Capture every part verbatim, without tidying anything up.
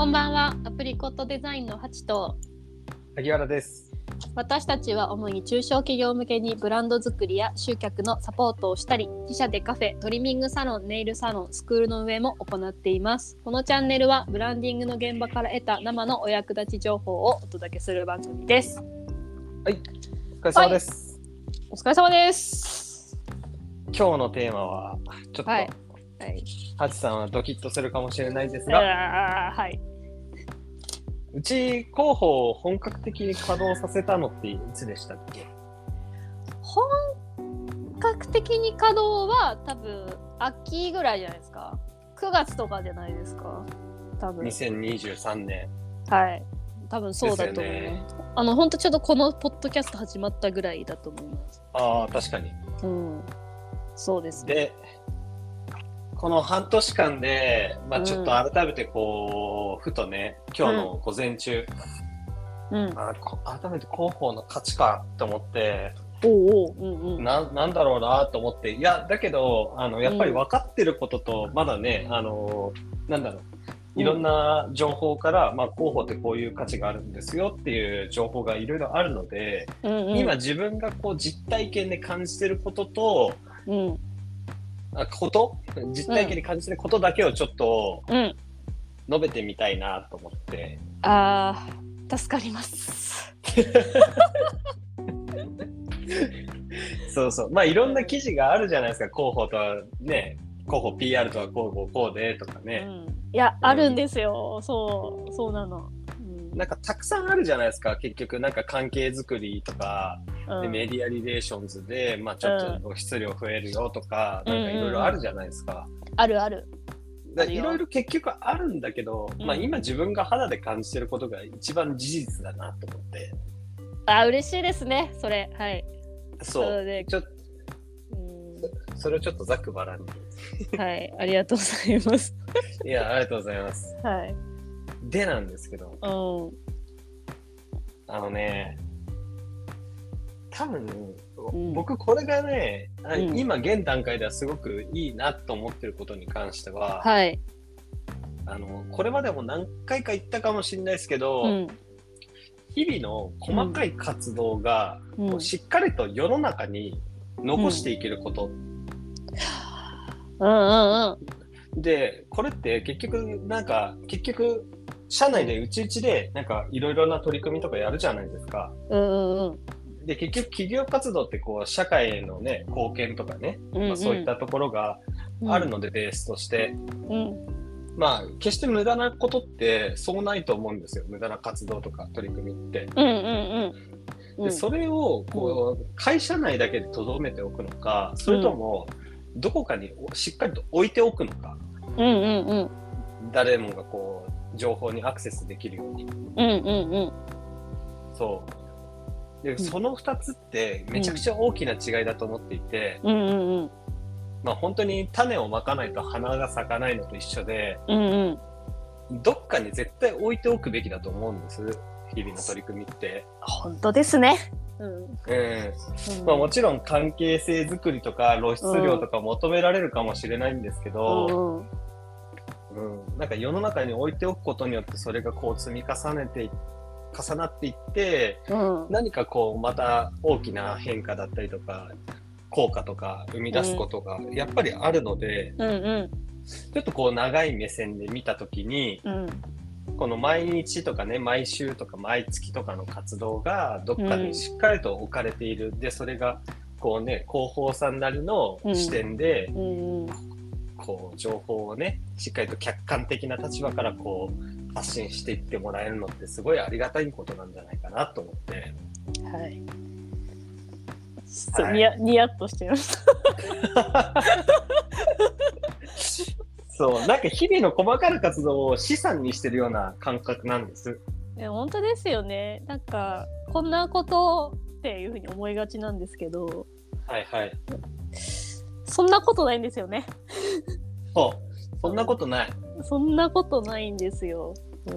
んばんは。アプリコットデザインのハチと萩原です。 私たちは主に中小企業向けにブランド作りや集客のサポートをしたり、自社でカフェ、トリミングサロン、ネイルサロン、スクールの運営も行っています。このチャンネルはブランディングの現場から得た生のお役立ち情報をお届けする番組です。 はい、お疲れ様です。 はい、お疲れ様です。 今日のテーマはちょっと、はいはい、ハチさんはドキッとするかもしれないですが、 あ、はい、 うち広報を本格的に稼働させたのっていつでしたっけ？ 本格的に稼働は多分秋ぐらいじゃないですか。くがつとかじゃないですか。多分にせんにじゅうさんねん。はい。多分そうだと思います。ね、あの本当ちょっとこのポッドキャスト始まったぐらいだと思います。 ああ、確かに。 うん。そうですね。 で、この半年間で、まあ、ちょっと改めてこう、うん、ふとね、今日の午前中、うん、あ改めて広報の価値かと思って、 おうおう、うんうん、 な, なんだろうなと思って、いや、だけど、あのやっぱり分かってることと、まだね、あの、なんだろう、いろんな情報から、うん、まあ、広報ってこういう価値があるんですよっていう情報がいろいろあるので、うんうん、今自分がこう実体験で感じてることと、うんこと実体験に感じてることだけをちょっと述べてみたいなと思って、 うん、あー助かりますそうそう、まあいろんな記事があるじゃないですか。広報とはね、広報 ピーアール とは広報こうでとかね、うん、 いや、うん、あるんですよ。そうそうなの、 うん、なんかたくさんあるじゃないですか。結局なんか関係づくりとかでメディアリレーションズで、まあ、ちょっと露出量増えるよとか、うん、なんかいろいろあるじゃないですか、 うんうん、あるあるいろいろ結局あるんだけど、うん、まあ、今自分が肌で感じてることが一番事実だなと思って。 あ、嬉しいですねそれ。はい、 そうでちょっと、うん、それをちょっとざっくばらんにはい、ありがとうございますいや、ありがとうございます。 はい。 でなんですけど、 うん、 あのね、多分、うん、僕これがね、うん、今現段階ではすごくいいなと思ってることに関しては、 はい、 あのこれまでも何回か言ったかもしれないですけど、うん、日々の細かい活動が、うん、しっかりと世の中に残していけること、うんうんうん、でこれって結局なんか結局社内でうちうちでなんかいろいろな取り組みとかやるじゃないですか。 うんうんうんで結局企業活動ってこう社会への、ね、貢献とかね、うんうんまあ、そういったところがあるので、うん、ベースとして、うん、まあ決して無駄なことってそうないと思うんですよ。無駄な活動とか取り組みって、 うんうんうん、 でそれをこう、うん、会社内だけで留めておくのか、それともどこかにしっかりと置いておくのか、 うんうんうん、 誰もがこう情報にアクセスできるように、 うんうんうん、 そうで、うん、そのふたつってめちゃくちゃ大きな違いだと思っていて、 うんうんうん、 まあ、本当に種をまかないと花が咲かないのと一緒で、 うんうん、どっかに絶対置いておくべきだと思うんです。日々の取り組みって。 本当ですね。うんうんまあ、もちろん関係性づくりとか露出量とか求められるかもしれないんですけど、うんうん、なんか世の中に置いておくことによってそれがこう積み重ねていって重なっていって、うん、何かこうまた大きな変化だったりとか効果とか生み出すことがやっぱりあるので、 うんうん、 ちょっとこう長い目線で見たときに、うん、この毎日とかね毎週とか毎月とかの活動がどっかにしっかりと置かれている、うん、でそれがこうね広報さんなりの視点で、うんうん、こう情報をねしっかりと客観的な立場からこう発信していってもらえるのってすごいありがたいことなんじゃないかなと思って、 はい、はい、ニヤニヤッとしてましたそうなんか日々の細かな活動を資産にしてるような感覚なんです。 いや本当ですよね。なんかこんなことっていうふうに思いがちなんですけど、 はいはい、 そんなことないんですよね。 そうそんなことない。 そんなことないんですよ。うん、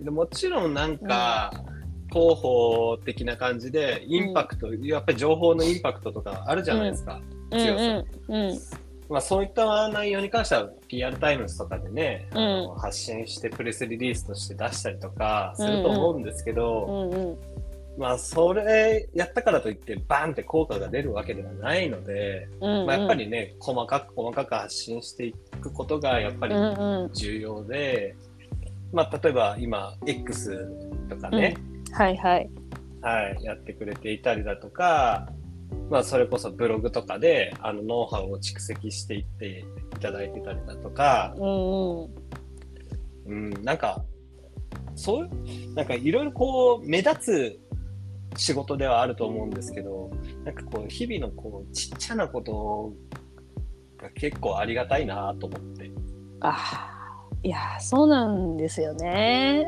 でもちろんなんか、うん、広報的な感じでインパクト、うん、やっぱり情報のインパクトとかあるじゃないですか、うん、強さ、うんうんうん、 まあ、そういった内容に関しては ピーアール タイムズとかでね、 うん、 あの発信してプレスリリースとして出したりとかすると思うんですけど、 うんうん、 まあそれやったからといってバンって効果が出るわけではないので、 うんうん、 まあ、やっぱりね細かく細かく発信していくことがやっぱり重要で、うんうん、まあ例えば今 X とかね、 うん、はいはい、 はい、やってくれていたりだとか、まあそれこそブログとかであのノウハウを蓄積していっていただいてたりだとか、 うんうん、 うん、なんかそうなんかいろいろこう目立つ仕事ではあると思うんですけど、なんかこう日々のこうちっちゃなことが結構ありがたいなと思って。 あ、いやそうなんですよね。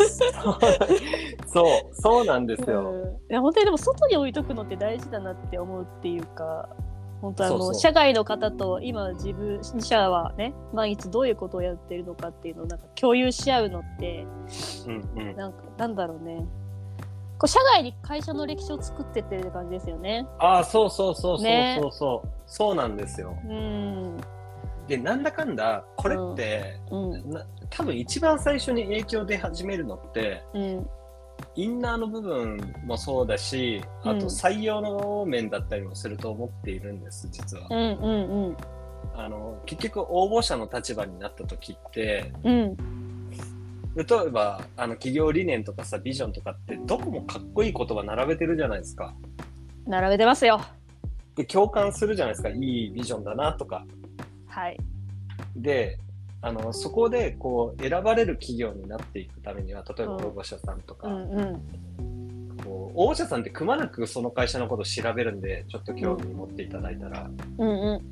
そうそうなんですよ、 うん、いや本当にでも外に置いとくのって大事だなって思うっていうか、本当あのそうそう社外の方と今自分自社はね毎日どういうことをやってるのかっていうのをなんか共有し合うのって、 うんうん、 なんかなんだろうね、こう社外に会社の歴史を作ってってる感じですよね。 ああそうそうそうそうそうそう、 ね、 そうなんですよ。 うん、 でなんだかんだこれって、うんうん、な多分一番最初に影響出始めるのって、うん、インナーの部分もそうだし、あと採用の面だったりもすると思っているんです実は、うんうんうん、あの結局応募者の立場になった時って、うん、例えばあの企業理念とかさビジョンとかってどこもかっこいい言葉並べてるじゃないですか。 並べてますよ。 で共感するじゃないですか、いいビジョンだなとか。 はい。 であのそこでこう選ばれる企業になっていくためには、例えば応募者さんとか、うんうん、こう応募者さんってくまなくその会社のことを調べるんで、ちょっと興味持っていただいたら、うんうん、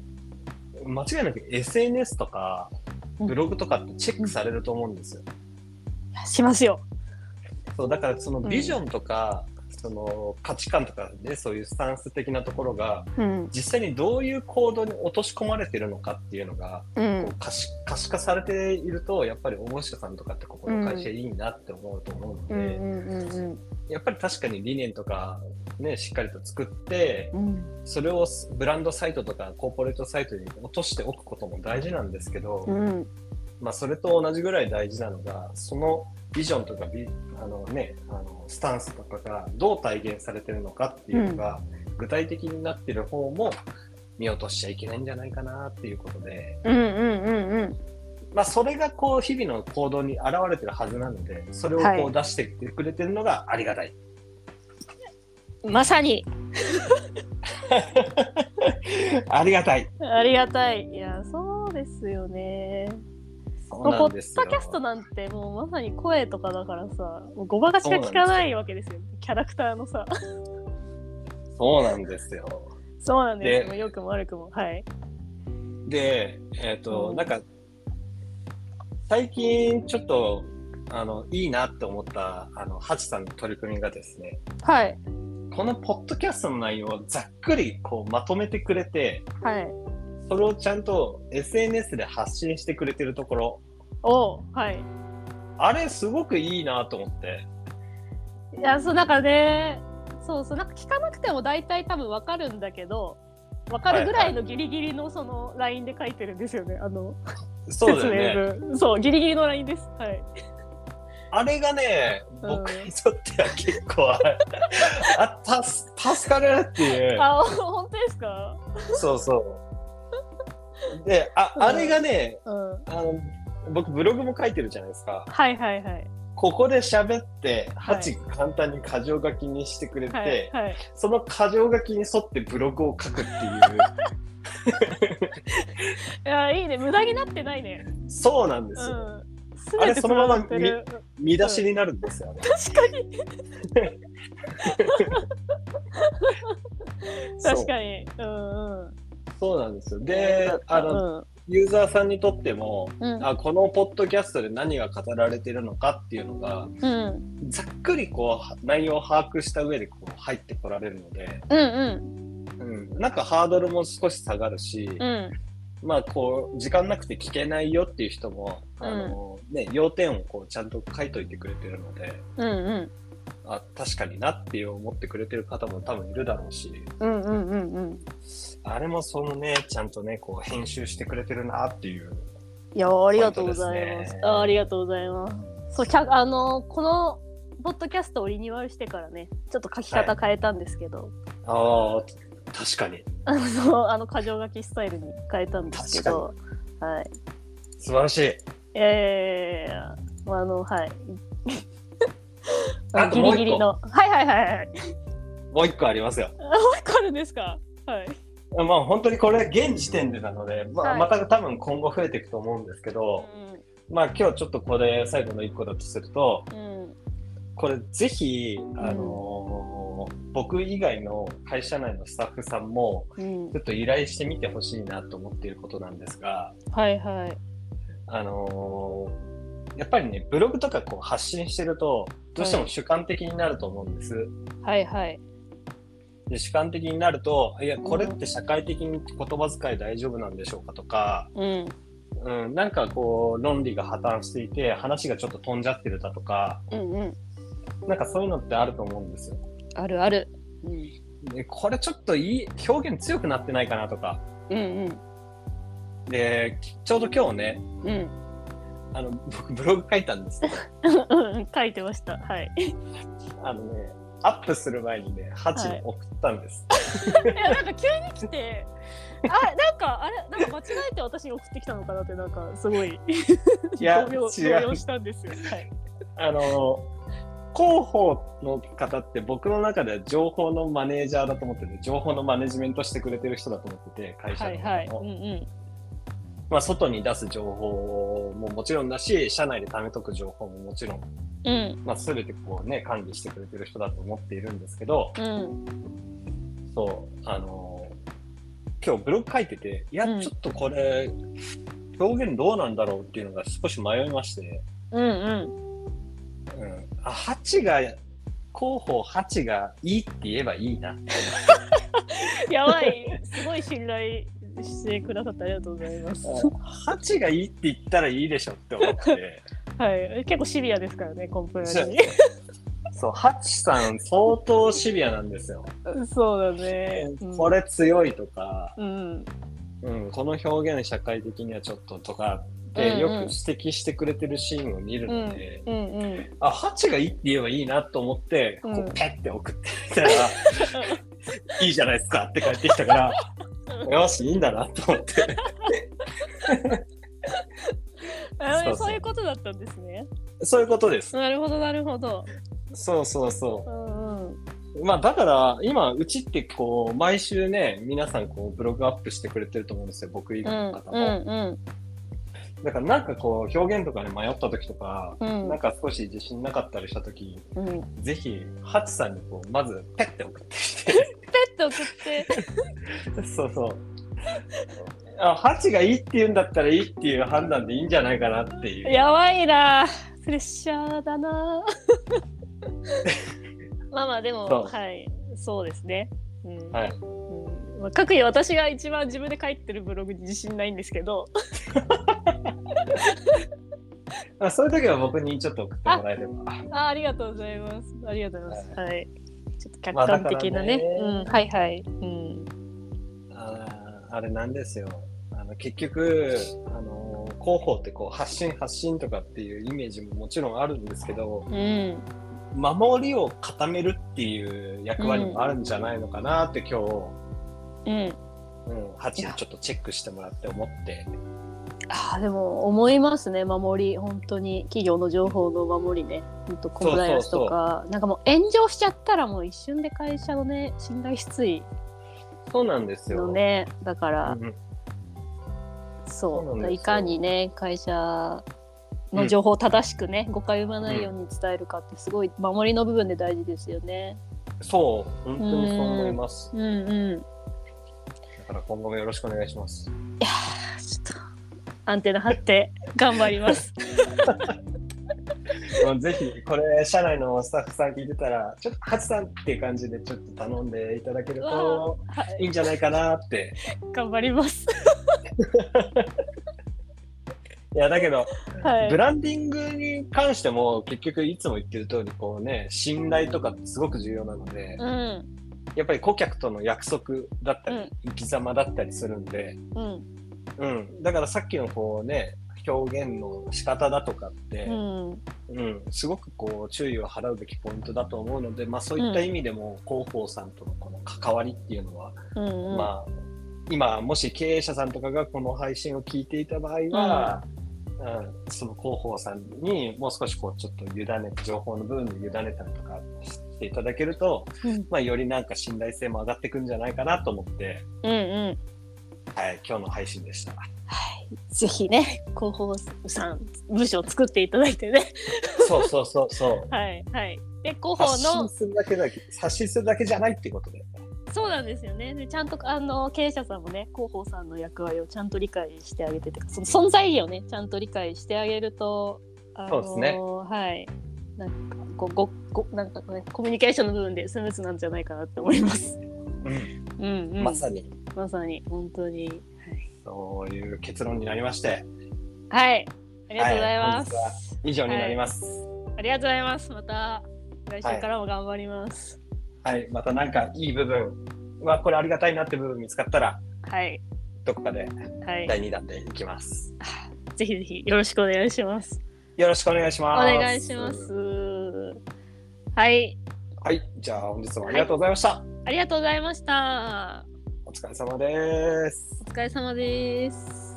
間違いなく エスエヌエス とかブログとかってチェックされると思うんですよ、 うん、しますよ。 そうだからそのビジョンとか、うんその価値観とかね、そういうスタンス的なところが、うん、実際にどういう行動に落とし込まれているのかっていうのが、うん、こう可視、可視化されていると、やっぱり応募者さんとかってここの会社いいなって思うと思うので、うんうんうんうん、やっぱり確かに理念とか、ね、しっかりと作って、うん、それをブランドサイトとかコーポレートサイトに落としておくことも大事なんですけど、うんまあ、それと同じぐらい大事なのが、そのビジョンとかビあの、ね、あのスタンスとかがどう体現されてるのかっていうのが、うん、具体的になってる方も見落としちゃいけないんじゃないかなっていうことで、うんうんうんうんまあ、それがこう日々の行動に現れてるはずなので、それをこう出してきてくれてるのがありがたい、 はい、まさにありがたいありがたい。いやそうですよね。そうなんですよ。ポッドキャストなんてもうまさに声とかだからさ、もうごまかしが聞かないわけですよ。キャラクターのさ。 そうなんですよ。 そうなんですよ。良くも悪くも。はい。 で、えっと、うん、なんか最近ちょっとあのいいなって思ったあのハチさんの取り組みがですね。 はい。 このポッドキャストの内容をざっくりこうまとめてくれて。 はい。 それをちゃんと エスエヌエス で発信してくれてるところ、 おはい、 あれすごくいいなと思って。 いやそうなんかね、そうそうなんか聞かなくても大体多分わかるんだけど、わかるぐらいのギリギリのそのラインで書いてるんですよね、はいはい、あのそうだよね。 そうギリギリのラインです。はい。 あれがね、僕にとっては結構あたす助かるっていう。 あ本当ですか？ そうそう。で あ, あれがね、うん、あの僕ブログも書いてるじゃないですか。 はいはいはい。 ここで喋ってハチが簡単に箇条書きにしてくれて、はいはい、その箇条書きに沿ってブログを書くっていういやいいね、無駄になってないね。 そうなんですよ、うん、あれそのまま見, 見出しになるんですよね、 うん、確かに確かにうんうんそうなんですよ。で、あの、うん、ユーザーさんにとっても、うん、あこのポッドキャストで何が語られているのかっていうのが、うん、ざっくりこう内容を把握した上でこう入ってこられるので、うんうんうん、なんかハードルも少し下がるし、うん、まあこう時間なくて聞けないよっていう人も、あのね、要点をこうちゃんと書いといてくれてるので、うんうんあ、確かになっていう思ってくれてる方も多分いるだろうし、 うんうんうんうん。 あれもそのね、ちゃんとね、こう編集してくれてるなっていう。 いや、ありがとうございます。あ、ありがとうございます。そう、あのこのポッドキャストをリニューアルしてからね、ちょっと書き方変えたんですけど。 はい、ああ、確かに。 あの、あの箇条書きスタイルに変えたんですけど、はい。 素晴らしい。 いやいやいやいや、あの、はい。 あともう一個。ギリギリの。 はいはいはいはい。 もう一個ありますよ。 もう一個あるんですか。はい。 まあ本当にこれ現時点でなので、まあ、はい、また多分今後増えていくと思うんですけど、うん、まあ今日ちょっとこれ最後の一個だとすると、うん、これぜひ、あのーうん、僕以外の会社内のスタッフさんもちょっと依頼してみてほしいなと思っていることなんですが、 はいはい。 あのー、やっぱりねブログとかこう発信してるとどうしても主観的になると思うんです。 はいはい。 で主観的になると、いやこれって社会的に言葉遣い大丈夫なんでしょうかとか、うんうん、なんかこう論理が破綻していて話がちょっと飛んじゃってるだとか、うんうん、なんかそういうのってあると思うんですよ。 あるある、うん、 でこれちょっといい表現強くなってないかなとか、うんうん、でちょうど今日ね、うん、あの僕ブログ書いたんですけど書いてました。はい。 あのねアップする前にねハチに送ったんです、 はい、いやなんか急に来てあなんかあれなんか間違えて私に送ってきたのかなってなんかすごいいや動揺したんですよ。はい、 あの広報の方って僕の中では情報のマネージャーだと思ってて、情報のマネジメントしてくれてる人だと思ってて、会社の、はいはい、うんうんまあ、外に出す情報ももちろんだし、社内で貯めとく情報ももちろん、うんまあ、全てこう、ね、管理してくれてる人だと思っているんですけど、うん、そうあの今日ブログ書いてて、いや、うん、ちょっとこれ表現どうなんだろうっていうのが少し迷いまして、うんうんうん、あハチが広報ハチがいいって言えばいいなってやばい、すごい信頼してくださってありがとうございます。 ハチがいいって言ったらいいでしょって思ってはい、結構シビアですからね、コンプラにそう、ハチさん相当シビアなんですよ。 そうだね、 うん、これ強いとか、うんうん、この表現社会的にはちょっととかでよく指摘してくれてるシーンを見るので、うんうんうん、あ、ハチがいいって言えばいいなと思って、こうペッて送ってみたら、うん、いいじゃないですかって帰ってきたからよしいいんだなと思ってあそうそう、そういうことだったんですね。 そういうことです。 なるほどなるほど。 そうそうそう、うんうん、まあだから今うちってこう毎週ね皆さんこうブログアップしてくれてると思うんですよ、僕以外の方も、うんうんうん、だからなんかこう表現とかに迷った時とか、うん、なんか少し自信なかったりした時、うん、ぜひハチさんにこうまずペッて送ってきてペッて送ってそうそうあ、ハチがいいって言うんだったらいいっていう判断でいいんじゃないかなっていう。 やばいな、プレッシャーだなまあまあでもはいそうですね、うん、はい、うんまあ、かくいう私が一番自分で書いてるブログに自信ないんですけどあ、そういう時は僕にちょっと送ってもらえれば。 ああ、ありがとうございます。ありがとうございます。はい。はい、ちょっと客観的なね。まあ、ねうん、はいはい。うん。 あ, あれなんですよ。あの結局あの広報ってこう発信発信とかっていうイメージももちろんあるんですけど、うん、守りを固めるっていう役割もあるんじゃないのかなって、うん、今日、うんうん、ハチにちょっとチェックしてもらって思って。 あでも思いますね、守り本当に企業の情報の守りね、本当コンプライアンスとかそうそうそう、なんかもう炎上しちゃったらもう一瞬で会社のね信頼失墜そうなんですよのね、だから、うん、そういかにね会社の情報を正しくね、うん、誤解を生まないように伝えるかってすごい守りの部分で大事ですよね。 そう本当にそう思います、 うんうんうん、だから今後もよろしくお願いします。 いやちょっとアンテナ張って頑張りますぜひこれ社内のスタッフさん聞いてたらちょっとハチさんっていう感じでちょっと頼んでいただけるといいんじゃないかなって、はい、 頑張りますいやだけど、はい、 はい、 ブランディングに関しても結局いつも言ってる通りこうね、信頼とかってすごく重要なので、 うん、 やっぱり顧客との約束だったり、 うん、 生き様だったりするんで、 うんうん、だからさっきのこうね、表現の仕方だとかって、 うんうん、すごくこう注意を払うべきポイントだと思うので、まあ、そういった意味でも広報さんとのこの関わりっていうのは、 うんうん、 まあ、今もし経営者さんとかがこの配信を聞いていた場合は、うんうん、その広報さんにもう少しこうちょっと委ねて、情報の部分で委ねたりとかしていただけると、うん、まあ、よりなんか信頼性も上がっていくんじゃないかなと思って、 うんうん、 はい、今日の配信でした。 はい、ぜひね、広報さん部署を作っていただいてね。 そうそうそうそう。 はいはい。で、広報の発信するだけだけ、発信するだけじゃないっていうことで。 そうなんですよね。で、ちゃんとあの経営者さんもね、広報さんの役割をちゃんと理解してあげてて、その存在意義をね、ちゃんと理解してあげると、あのー、 そうですね。 はい。なんかこうごごなんかね、コミュニケーションの部分でスムーズなんじゃないかなって思います。 うん、 うんうん、 まさに。 まさに本当に、はい、 そういう結論になりまして。 はい、ありがとうございます。 はい、本日は以上になります、 はい。ありがとうございます。また来週からも頑張ります。 はい、はい、またなんかいい部分はこれありがたいなって部分見つかったら、 はい、 どこかでだいにだんでいきます。 はい、ぜひぜひよろしくお願いします。 よろしくお願いします。 お願いします。はい。 はい、じゃあ本日もありがとうございました。はい、 ありがとうございました。 お疲れ様です。 お疲れ様です。